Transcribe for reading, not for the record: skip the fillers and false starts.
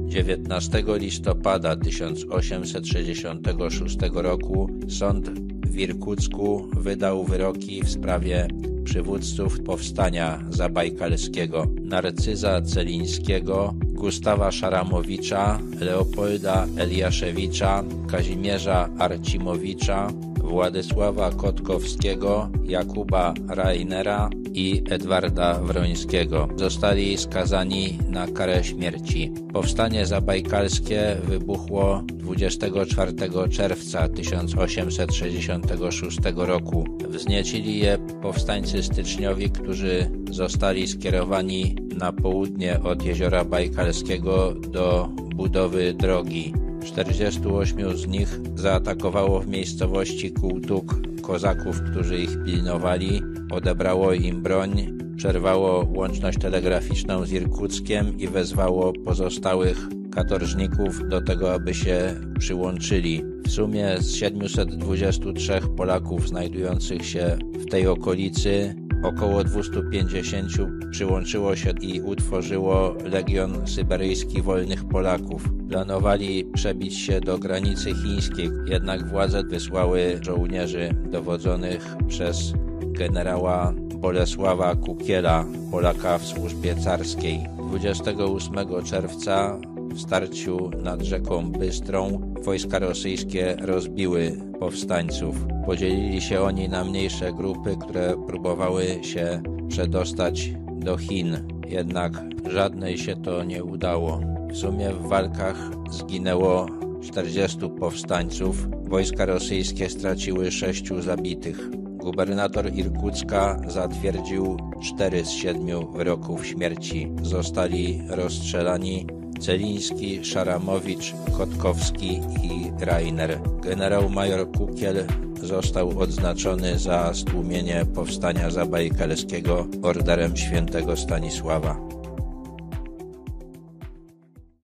19 listopada 1866 roku sąd w Irkucku wydał wyroki w sprawie przywódców powstania zabajkalskiego: Narcyza Celińskiego, Gustawa Szaramowicza, Leopolda Eliaszewicza, Kazimierza Arcimowicza, Władysława Kotkowskiego, Jakuba Rainera i Edwarda Wrońskiego. Zostali skazani na karę śmierci. Powstanie zabajkalskie wybuchło 24 czerwca 1866 roku. Wzniecili je powstańcy styczniowi, którzy zostali skierowani na południe od Jeziora Bajkalskiego do budowy drogi. 48 z nich zaatakowało w miejscowości Kułtuk kozaków, którzy ich pilnowali, odebrało im broń, przerwało łączność telegraficzną z Irkuckiem i wezwało pozostałych katorżników do tego, aby się przyłączyli. W sumie z 723 Polaków znajdujących się w tej okolicy około 250 przyłączyło się i utworzyło Legion Syberyjski Wolnych Polaków. Planowali przebić się do granicy chińskiej, jednak władze wysłały żołnierzy dowodzonych przez generała Bolesława Kukiela, Polaka w służbie carskiej. 28 czerwca w starciu nad rzeką Bystrą wojska rosyjskie rozbiły powstańców. Podzielili się oni na mniejsze grupy, które próbowały się przedostać do Chin, jednak żadnej się to nie udało. W sumie w walkach zginęło 40 powstańców. Wojska rosyjskie straciły 6 zabitych. Gubernator Irkucka zatwierdził 4 z 7 wyroków śmierci. Zostali rozstrzelani Celiński, Szaramowicz, Kotkowski i Rainer. Generał-major Kukiel został odznaczony za stłumienie powstania zabajkalskiego Orderem Świętego Stanisława.